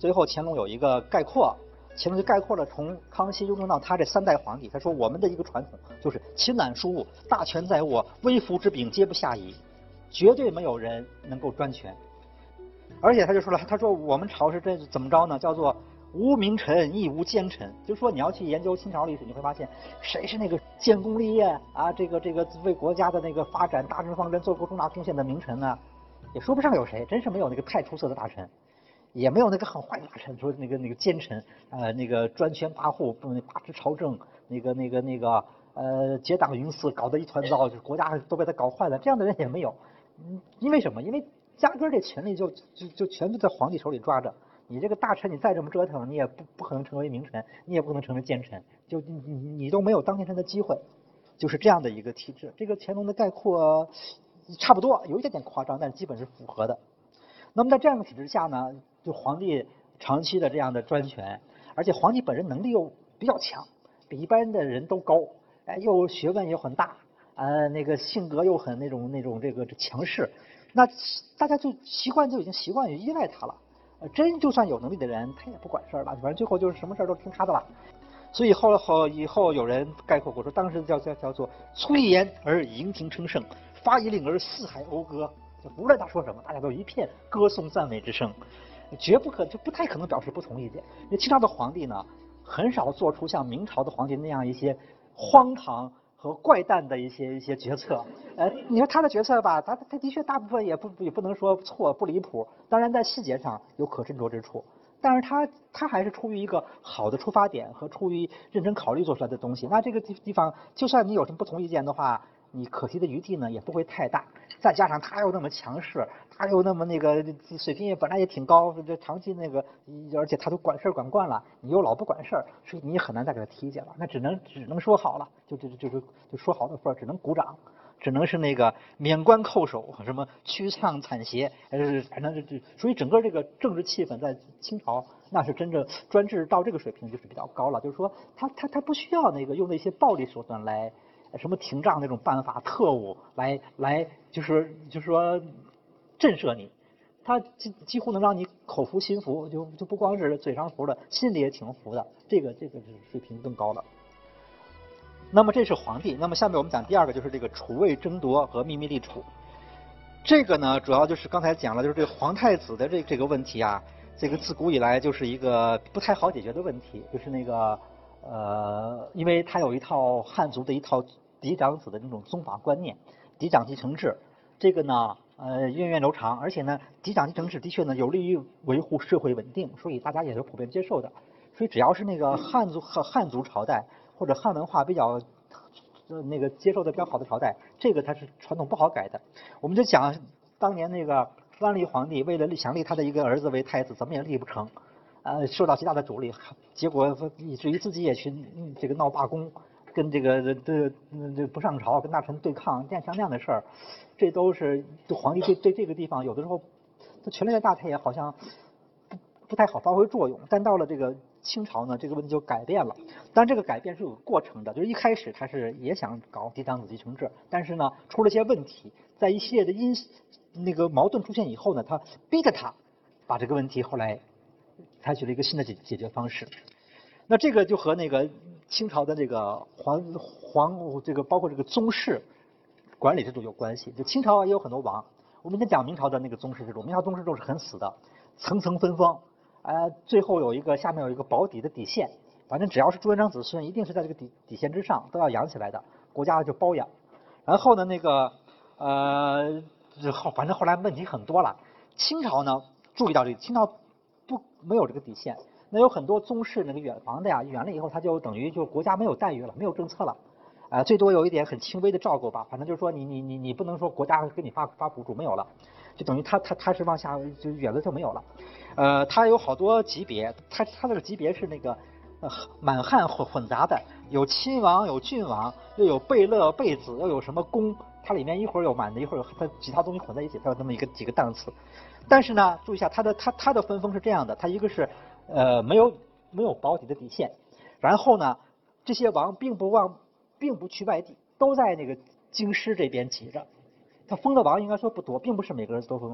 最后乾隆有一个概括，乾隆就概括了从康熙、雍正到他这3代皇帝。他说我们的一个传统就是勤懒疏务，大权在握，微服之柄皆不下矣，绝对没有人能够专权。而且他就说了，他说我们朝是这怎么着呢？叫做无名臣亦无奸臣。就是说你要去研究清朝历史，你会发现谁是那个建功立业啊，这个为国家的那个发展大政方针做过重大贡献的名臣呢，也说不上有谁，真是没有那个太出色的大臣。也没有那个很坏的大臣，说那个奸臣，那个专权跋扈，把持朝政，结党营私，搞得一团糟，就是国家都被他搞坏了。这样的人也没有。因为什么？因为压根儿这权力就全都在皇帝手里抓着。你这个大臣，你再这么折腾，你也不可能成为名臣，你也不可能成为奸臣，就你都没有当奸臣的机会。就是这样的一个体制。这个乾隆的概括差不多，有一点点夸张，但基本是符合的。那么在这样的体制下呢，就皇帝长期的这样的专权，而且皇帝本人能力又比较强，比一般的人都高，又学问又很大，那个性格又很那种这个强势，那大家就已经习惯于依赖他了。真就算有能力的人，他也不管事儿了，反正最后就是什么事儿都听他的了。所以以后有人概括过说，当时叫做粗一言而营廷称圣，发一令而四海讴歌。就无论他说什么，大家都一片歌颂赞美之声，就不太可能表示不同意见。因为清朝的皇帝呢，很少做出像明朝的皇帝那样一些荒唐和怪诞的一些决策。你说他的决策吧，他的确大部分也不能说错不离谱，当然在细节上有可斟酌之处。但是他还是出于一个好的出发点和出于认真考虑做出来的东西。那这个地方，就算你有什么不同意见的话，你可惜的余地呢也不会太大。再加上他又那么强势，他又那么那个水平也本来也挺高，这长期那个，而且他都管事管惯了，你又老不管事儿，所以你也很难再给他提解了。那只能说好了，就说好的份儿，只能鼓掌。只能是那个免官叩首，什么驱唱惨协，反正所以整个这个政治气氛在清朝那是真正专制到这个水平就是比较高了。就是说他不需要那个用那些暴力手段来什么廷杖那种办法特务来就是说震慑你，他几乎能让你口服心服，就不光是嘴上服的，心里也挺服的。这个就是水平更高了。那么这是皇帝。那么下面我们讲第二个，就是这个储位争夺和秘密立储。这个呢，主要就是刚才讲了，就是这个皇太子的这个问题啊，这个自古以来就是一个不太好解决的问题，就是那个因为他有一套汉族的一套嫡长子的那种宗法观念，嫡长继承制，这个呢源远流长，而且呢嫡长继承制的确呢有利于维护社会稳定，所以大家也是普遍接受的。所以只要是那个汉族朝代或者汉文化比较那个接受的比较好的朝代，这个它是传统不好改的。我们就讲当年那个万历皇帝为了想立他的一个儿子为太子，怎么也立不成，受到极大的阻力，结果以至于自己也去这个闹罢工，跟这个不上朝，跟大臣对抗，像那样的事儿，这都是皇帝对这个地方有的时候，他权力的大，他也好像不太好发挥作用。但到了这个清朝呢，这个问题就改变了。但这个改变是有过程的，就是一开始他是也想搞嫡长子继承制，但是呢出了一些问题，在一系列的那个矛盾出现以后呢，他逼着他把这个问题后来采取了一个新的解决方式。那这个就和那个清朝的这个这个包括这个宗室管理制度有关系。就清朝也有很多王，我们先讲明朝的那个宗室制度。明朝宗室制度是很死的，层层分封，最后下面有一个保底的底线，反正只要是朱元璋子孙，一定是在这个底线之上，都要养起来的，国家就包养。然后呢，反正后来问题很多了。清朝呢注意到清朝没有这个底线，那有很多宗室那个远房的呀，远了以后他就等于就国家没有待遇了，没有政策了。最多有一点很轻微的照顾吧，反正就是说你不能说国家给你发补助，没有了，就等于他是往下就远了就没有了。他有好多级别，他这个级别是那个满汉混杂的，有亲王有郡王，又有贝勒贝子，又有什么公，它里面一会儿有满的，一会儿有它几套东西混在一起，它有这么几个档次。但是呢，注意一下它的分封是这样的，它一个是没有保底的底线，然后呢这些王并不去外地，都在那个京师这边挤着。他封的王应该说不多，并不是每个人都封王。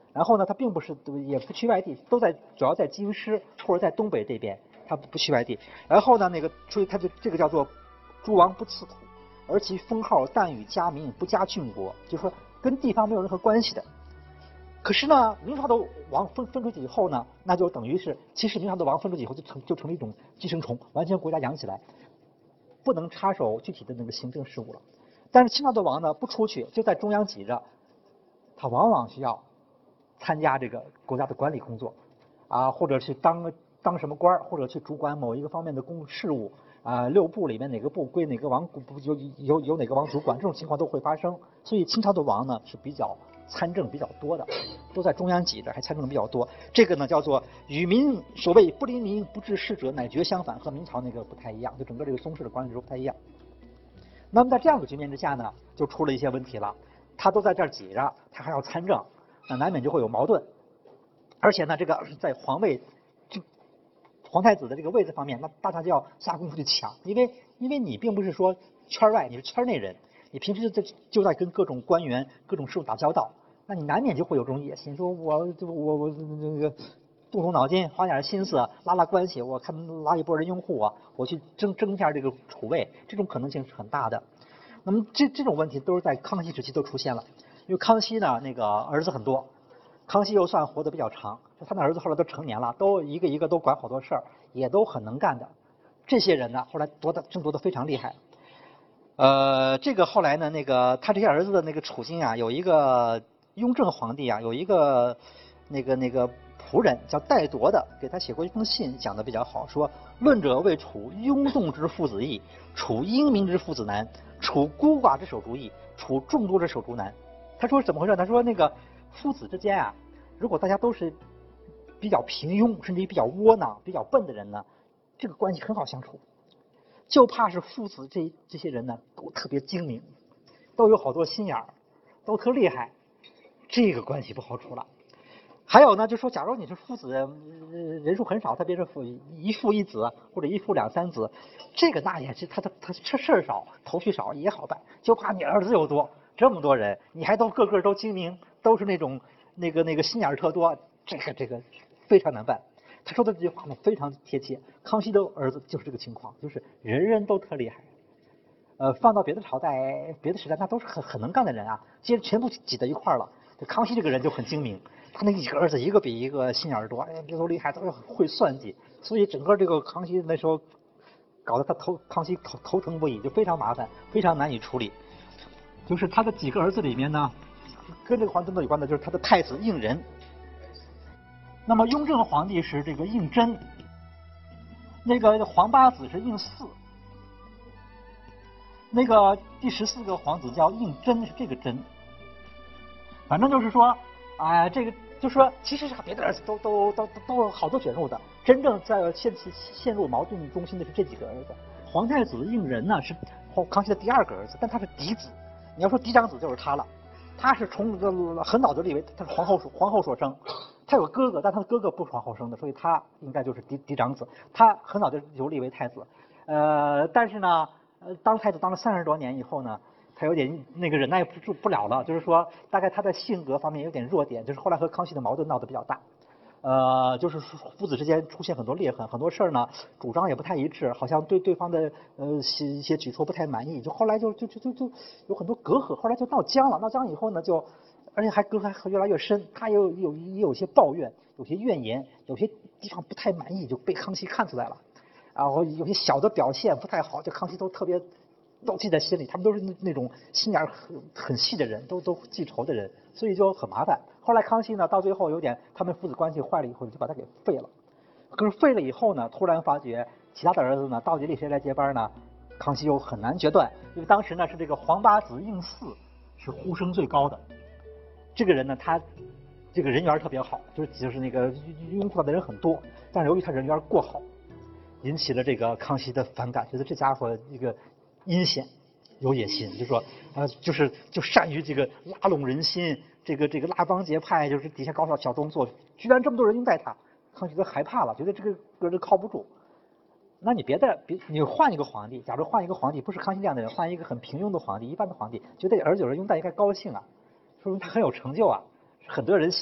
然后呢，他并不是也不去外地，主要在京师或者在东北这边，他不去外地。然后呢，所以他就这个叫做诸王不刺土，而其封号但与家民不加郡国，就是说跟地方没有任何关系的。可是呢，明朝的王分出去以后呢，那就等于是，其实明朝的王分出去以后就成了一种寄生虫，完全国家养起来，不能插手具体的那个行政事务了。但是清朝的王呢，不出去，就在中央挤着，他往往需要参加这个国家的管理工作，或者去当什么官，或者去主管某一个方面的公事务，六部里面哪个部归哪个王，由哪个王主管，这种情况都会发生。所以清朝的王呢是比较参政比较多的，都在中央挤着，还参政比较多。这个呢叫做与民所谓不临民不治事者，乃绝相反，和明朝那个不太一样，就整个这个宗室的管理制度不太一样。那么在这样的局面之下呢，就出了一些问题了。他都在这儿挤着，他还要参政，那难免就会有矛盾。而且呢，这个在皇太子的这个位置方面，那大家就要下功夫去抢，因为你并不是说圈外，你是圈内人，你平时就在跟各种官员、各种事务打交道，那你难免就会有这种野心，说我那个动动脑筋，花点心思，拉关系，我看拉一波人拥护我去争一下这个储位，这种可能性是很大的。那么这种问题都是在康熙时期都出现了，因为康熙呢那个儿子很多，康熙又算活得比较长，他的儿子后来都成年了，都一个一个都管好多事儿，也都很能干的。这些人呢后来争夺得非常厉害。这个后来呢那个他这些儿子的那个处境啊，有一个雍正皇帝啊，有一个那个仆人叫戴铎的，给他写过一封信，讲的比较好，说论者为处庸纵之父子易，处英明之父子难，处孤寡之手足易，处众多之手足难。他说怎么回事？他说那个父子之间啊，如果大家都是比较平庸，甚至于比较窝囊、比较笨的人呢，这个关系很好相处。就怕是父子这些人呢，都特别精明，都有好多心眼儿，都特厉害，这个关系不好处了。还有呢，就说假如你是父子人数很少，特别是一父一子或者一父两三子，这个那也是他事儿少，头绪少也好办。就怕你儿子又多，这么多人，你还都个个都精明，都是那种那个心眼儿特多，这个非常难办。他说的这句话呢非常贴切。康熙的儿子就是这个情况，就是人人都特厉害。放到别的朝代、别的时代，那都是很能干的人啊，今天全部挤在一块儿了。这康熙这个人就很精明，他那几个儿子一个比一个心眼儿多，哎，这都厉害，都会算计，所以整个这个康熙那时候搞得康熙头疼不已，就非常麻烦，非常难以处理。就是他的几个儿子里面呢，跟这个皇争斗有关的就是他的太子胤仁。那么雍正皇帝是这个胤禛，那个皇八子是胤祀。那个第14个皇子叫胤禛，是这个禛。反正就是说，这个就是说，其实是别的儿子都好多卷入的，真正在陷入矛盾中心的是这几个儿子。皇太子胤仁呢是康熙的第2个儿子，但他是嫡子。你要说嫡长子就是他了，他是从很早就立为他是皇后所生。他有哥哥，但他的哥哥不是皇后生的，所以他应该就是嫡长子。他很早就立为太子，但是呢。当太子当了30多年以后呢，他有点那个忍耐不了了，就是说大概他的性格方面有点弱点，就是后来和康熙的矛盾闹得比较大，就是父子之间出现很多裂痕，很多事儿呢主张也不太一致，好像对方的一些举措不太满意，就后来就有很多隔阂，后来就闹僵了，闹僵以后呢而且还隔阂还越来越深，他也有些抱怨，有些怨言，有些地方不太满意，就被康熙看出来了。然后有些小的表现不太好，这康熙都特别都记在心里，他们都是那种心眼很细的人，都记仇的人，所以就很麻烦。后来康熙呢，到最后有点他们父子关系坏了以后，就把他给废了。可是废了以后呢，突然发觉其他的儿子呢，到底谁来接班呢？康熙又很难决断，因为当时呢是这个皇八子胤祀是呼声最高的，这个人呢他这个人缘特别好，就是那个拥护他的人很多，但是由于他人缘过好。引起了这个康熙的反感，觉得这家伙一个阴险有野心，就说就善于这个拉拢人心，这个拉帮结派，就是底下搞小动作，居然这么多人拥戴他，康熙都害怕了，觉得这个人靠不住。那你你换一个皇帝，假如换一个皇帝，不是康熙这样的人，换一个很平庸的皇帝，一般的皇帝，觉得儿子有人拥戴应该高兴啊，说明他很有成就啊，很得人心啊。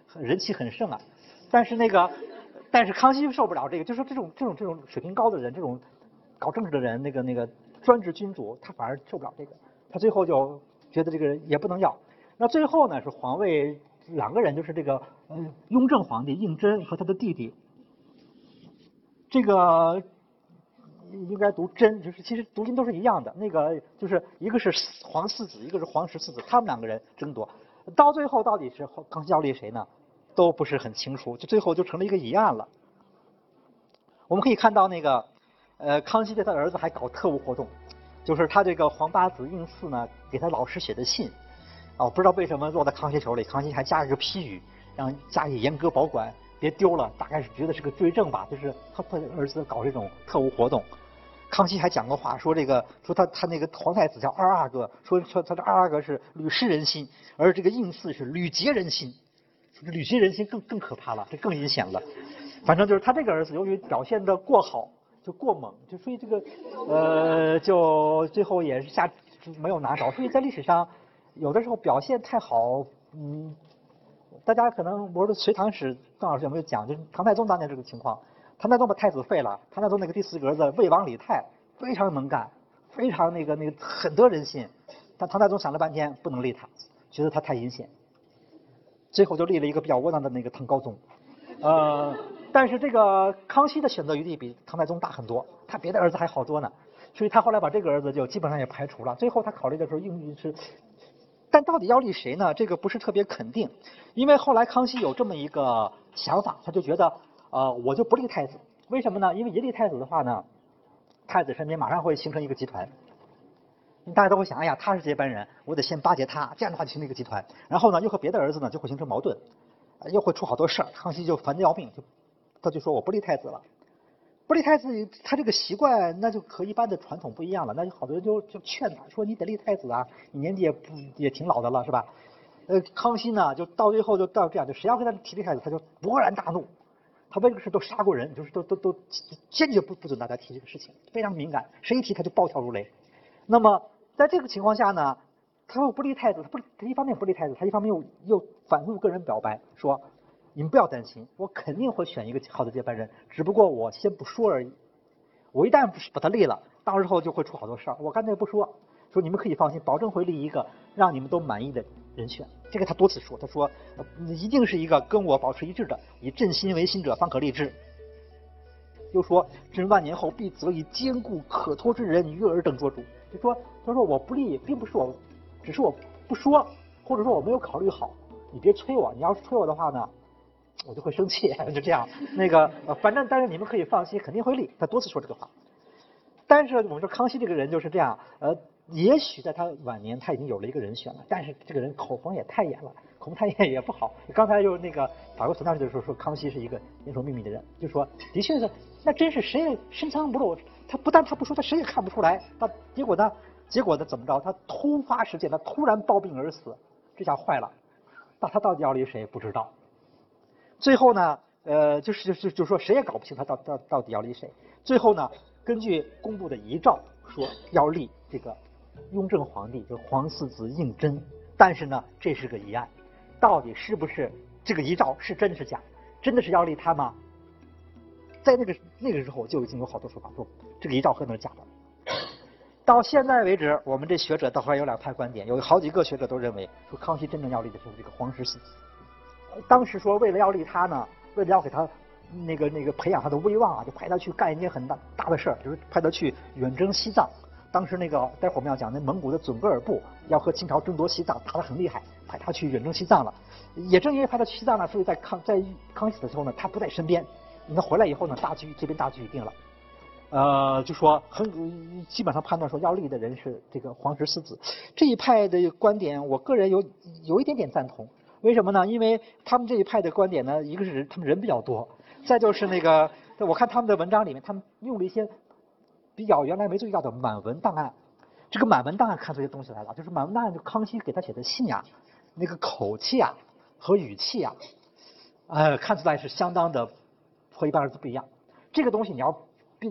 人气很盛啊。但是康熙受不了这个，就说这种水平高的人，这种搞政治的人，那个专制君主，他反而受不了这个，他最后就觉得这个人也不能要。那最后呢，是皇位两个人，就是这个雍正皇帝胤禛和他的弟弟，这个应该读真，就是其实读音都是一样的。那个就是一个是皇四子，一个是皇十四子，他们两个人争夺，到最后到底是康熙要立谁呢？都不是很清楚，就最后就成了一个疑案了。我们可以看到那个康熙对他儿子还搞特务活动，就是他这个皇八子胤祀呢给他老师写的信，我不知道为什么落在康熙手里，康熙还加了一个批语，让加以严格保管，别丢了，大概是觉得是个罪证吧，就是他儿子搞这种特务活动。康熙还讲过话，说他那个皇太子叫二阿哥，说他的二阿哥是屡失人心，而这个胤祀是屡劫人心，屡劫人心更可怕了，这更阴险了。反正就是他这个儿子由于表现的过好，就过猛，就所以这个就最后也是没有拿着，所以在历史上有的时候表现太好，大家可能我说隋唐史邓老师有没有讲，就是唐太宗当年这个情况，唐太宗把太子废了，唐太宗那个第四个儿子魏王李泰非常能干，非常那个很得人心，但唐太宗想了半天不能立他，觉得他太阴险，最后就立了一个比较窝囊的那个唐高宗，但是这个康熙的选择余地比唐太宗大很多，他别的儿子还好多呢，所以他后来把这个儿子就基本上也排除了。最后他考虑的时候但到底要立谁呢？这个不是特别肯定，因为后来康熙有这么一个想法，他就觉得我就不立太子，为什么呢？因为一立太子的话呢，太子身边马上会形成一个集团。大家都会想，哎呀，他是接班人，我得先巴结他，这样的话就形成一个集团，然后呢，又和别的儿子呢就会形成矛盾，又会出好多事儿。康熙就烦得要命，他就说我不立太子了。不立太子，他这个习惯那就和一般的传统不一样了，那就好多人就劝他说你得立太子啊，你年纪也挺老的了，是吧？康熙呢就到最后就到这样，就谁要跟他提立太子，他就勃然大怒。他为这个事都杀过人，就是都坚决不准大家提这个事情，非常敏感，谁一提他就暴跳如雷。那么在这个情况下呢，他又不立太子，他一方面不立太子，他一方面又反复个人表白说，你们不要担心，我肯定会选一个好的接班人，只不过我先不说而已。我一旦把他立了，到时候就会出好多事儿。我干脆不说，说你们可以放心，保证会立一个让你们都满意的人选。这个他多次说，他说一定是一个跟我保持一致的，以朕心为心者方可立之。又说朕万年后必择以坚固可托之人与尔等做主。就说他说我不立，并不是只是我不说，或者说我没有考虑好，你别催我，你要是催我的话呢，我就会生气，就这样。但是你们可以放心，肯定会立。他多次说这个话。但是我们说康熙这个人就是这样，也许在他晚年他已经有了一个人选了，但是这个人口风也太严了，口风太严也不好。刚才就那个法国总大的时候说康熙是一个严守秘密的人，就说的确是，那真是谁也深藏不露。他不但他不说，他谁也看不出来。结果呢怎么着？他突发事件，他突然暴病而死，这下坏了。那他到底要立谁不知道。最后呢，就说谁也搞不清他到底要立谁。最后呢，根据公布的遗诏说要立这个雍正皇帝，就是皇四子胤禛。但是呢，这是个疑案，到底是不是这个遗诏是真是假？真的是要立他吗？在那个时候就已经有好多说法说这个遗诏可能是假的。到现在为止，我们这学者倒还有两派观点，有好几个学者都认为说康熙真正要立的就是这个皇十四子。当时说为了要立他呢，为了要给他那个培养他的威望啊，就派他去干一件很大的事儿，就是派他去远征西藏。当时待会儿我们要讲那蒙古的准噶尔部要和清朝争夺西藏，打得很厉害，派他去远征西藏了。也正因为派他去西藏呢，所以在康熙死的时候呢，他不在身边。他回来以后呢，这边大局已定了。就说基本上判断说要立的人是这个皇十四子。这一派的观点，我个人有一点点赞同。为什么呢？因为他们这一派的观点呢，一个是他们人比较多，再就是我看他们的文章里面，他们用了一些比较原来没注意到的满文档案。这个满文档案看出些东西来了，就是满文档案就康熙给他写的信啊，那个口气啊和语气啊，看出来是相当的和一般儿子不一样。这个东西你要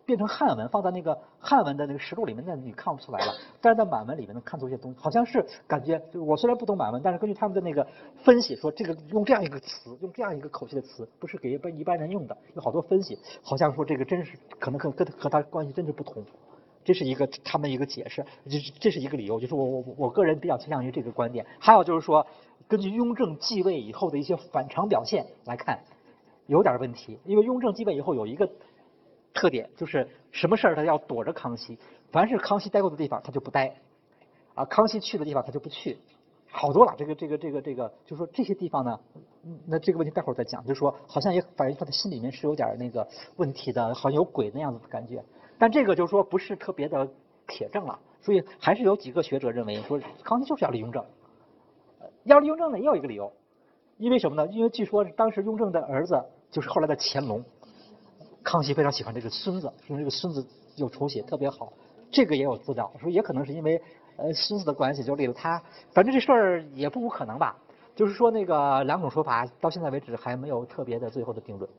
变成汉文，放在那个汉文的那个实录里面，那你看不出来了。但是在满文里面能看出一些东西，好像是感觉，就我虽然不懂满文，但是根据他们的那个分析说，这个用这样一个词，用这样一个口气的词，不是给一般人用的，有好多分析，好像说这个真是可能和他关系真是不同。这是一个他们一个解释，这是一个理由，就是我个人比较倾向于这个观点。还有就是说，根据雍正继位以后的一些反常表现来看，有点问题。因为雍正继位以后有一个特点，就是什么事儿他要躲着康熙，凡是康熙待过的地方他就不待，啊，康熙去的地方他就不去。好多了，这个，就是说这些地方呢，那这个问题待会儿再讲。就是说，好像也反映他的心里面是有点那个问题的，好像有鬼那样子的感觉。但这个就是说不是特别的铁证了，所以还是有几个学者认为说康熙就是要立雍正。要立雍正呢也有一个理由，因为什么呢？因为据说当时雍正的儿子就是后来的乾隆，康熙非常喜欢这个孙子，说这个孙子有出息，特别好。这个也有资料，说也可能是因为孙子的关系就立了他。反正这事儿也不无可能吧。就是说那个两种说法到现在为止还没有特别的最后的定论。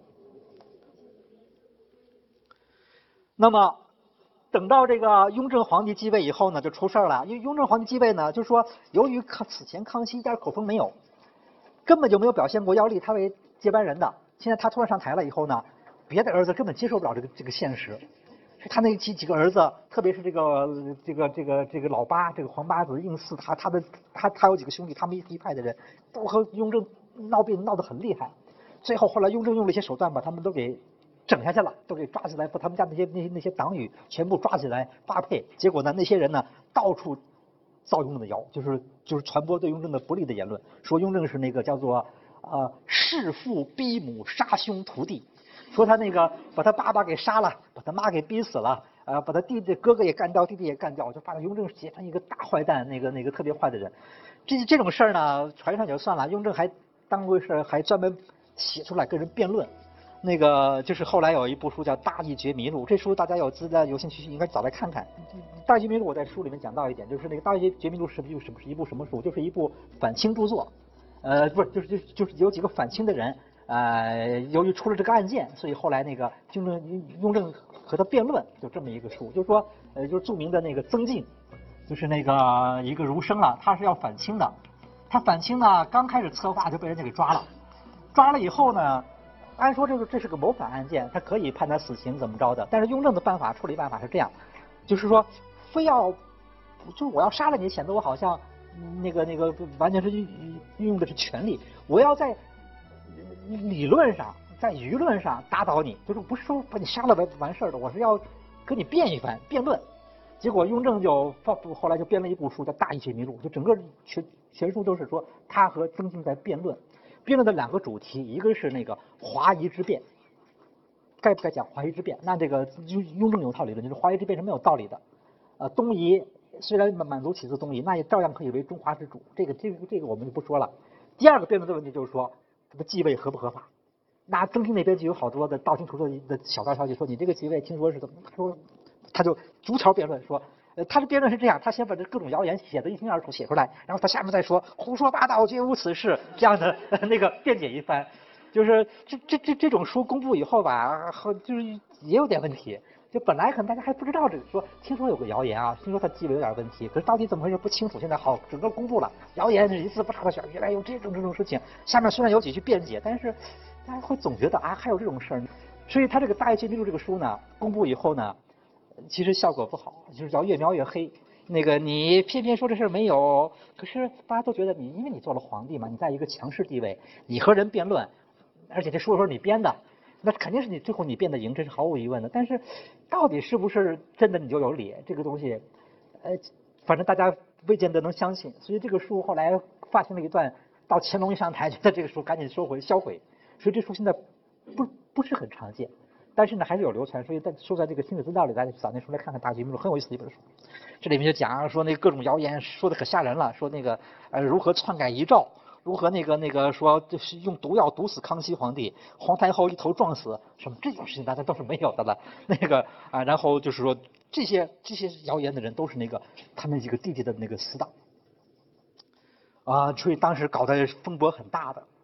那么等到这个雍正皇帝继位以后呢，就出事儿了。因为雍正皇帝继位呢，就是说由于此前康熙一点口风没有，根本就没有表现过要立他为接班人的。现在他突然上台了以后呢，别的儿子根本接受不了这个现实。他那几个儿子，特别是这个老八，这个皇八子胤祀，他有几个兄弟，他们一派的人都和雍正闹病闹得很厉害。最后后来雍正用了一些手段把他们都给整下去了，都给抓起来，把他们家那些党羽全部抓起来发配。结果呢，那些人呢到处造雍正的谣，就是传播对雍正的不利的言论，说雍正是那个叫做弑父逼母杀兄屠弟。说他那个把他爸爸给杀了，把他妈给逼死了，把他哥哥也干掉，弟弟也干掉，就把雍正写成一个大坏蛋，那个特别坏的人。这种事儿呢，传上也就算了，雍正还当回事，还专门写出来跟人辩论。那个就是后来有一部书叫《大义觉迷录》，这书大家有兴趣应该找来看看。《大义觉迷录》我在书里面讲到一点，就是那个《大义觉迷录》是一部什么书？就是一部反清著作，不是，就是有几个反清的人。由于出了这个案件，所以后来那个雍正和他辩论，就这么一个书，就是说，就是著名的那个曾静，就是那个一个儒生了，他是要反清的。他反清呢，刚开始策划就被人家给抓了，抓了以后呢，按说这是个谋反案件，他可以判他死刑怎么着的。但是雍正的处理办法是这样，就是说，非要，就是我要杀了你，显得我好像那个完全是运用的是权力，我要在理论上，在舆论上打倒你，就是不是说把你杀了完事儿的，我是要跟你辩一番，辩论。结果雍正后来就编了一部书叫《大义觉迷录》，就整个全书都是说他和曾静在辩论，辩论的两个主题，一个是那个华夷之辩，该不该讲华夷之辩？那这个雍正有套理论，就是华夷之辩是没有道理的。东夷虽然满族起自东夷，那也照样可以为中华之主，这个我们就不说了。第二个辩论的问题就是说，他的继位合不合法？那曾静那边就有好多的道听途说的小道消息，说你这个继位听说是怎么？他就逐条辩论说，他的辩论是这样，他先把这各种谣言写得一清二楚写出来，然后他下面再说胡说八道，绝无此事，这样的那个辩解一番。就是这种书公布以后吧，就是也有点问题。就本来可能大家还不知道这个，说听说有个谣言啊，听说他继位有点问题，可是到底怎么回事不清楚。现在好，整个公布了，谣言是一字不差的选，原来有这种事情。下面虽然有几句辩解，但是大家会总觉得啊，还有这种事儿。所以他这个《大义觉迷录》这个书呢，公布以后呢，其实效果不好，就是叫越描越黑。那个你偏偏说这事儿没有，可是大家都觉得你，因为你做了皇帝嘛，你在一个强势地位，你和人辩论，而且这书是你编的。那肯定是最后你辩得赢，这是毫无疑问的。但是，到底是不是真的你就有理？这个东西，反正大家未见得能相信。所以这个书后来发行了一段，到乾隆一上台，觉得这个书赶紧销毁。所以这书现在不是很常见，但是呢还是有流传。所以收在这个亲子资料里，大家找那书来看看，《大义觉迷录》很有意思的一本书。这里面就讲说那各种谣言说的可吓人了，说那个如何篡改遗诏。如何那个说就是用毒药毒死康熙皇帝，皇太后一头撞死，什么这种事情大家都是没有的了。那个然后就是说这些谣言的人都是那个他们几个弟弟的那个死党所以当时搞得风波很大的。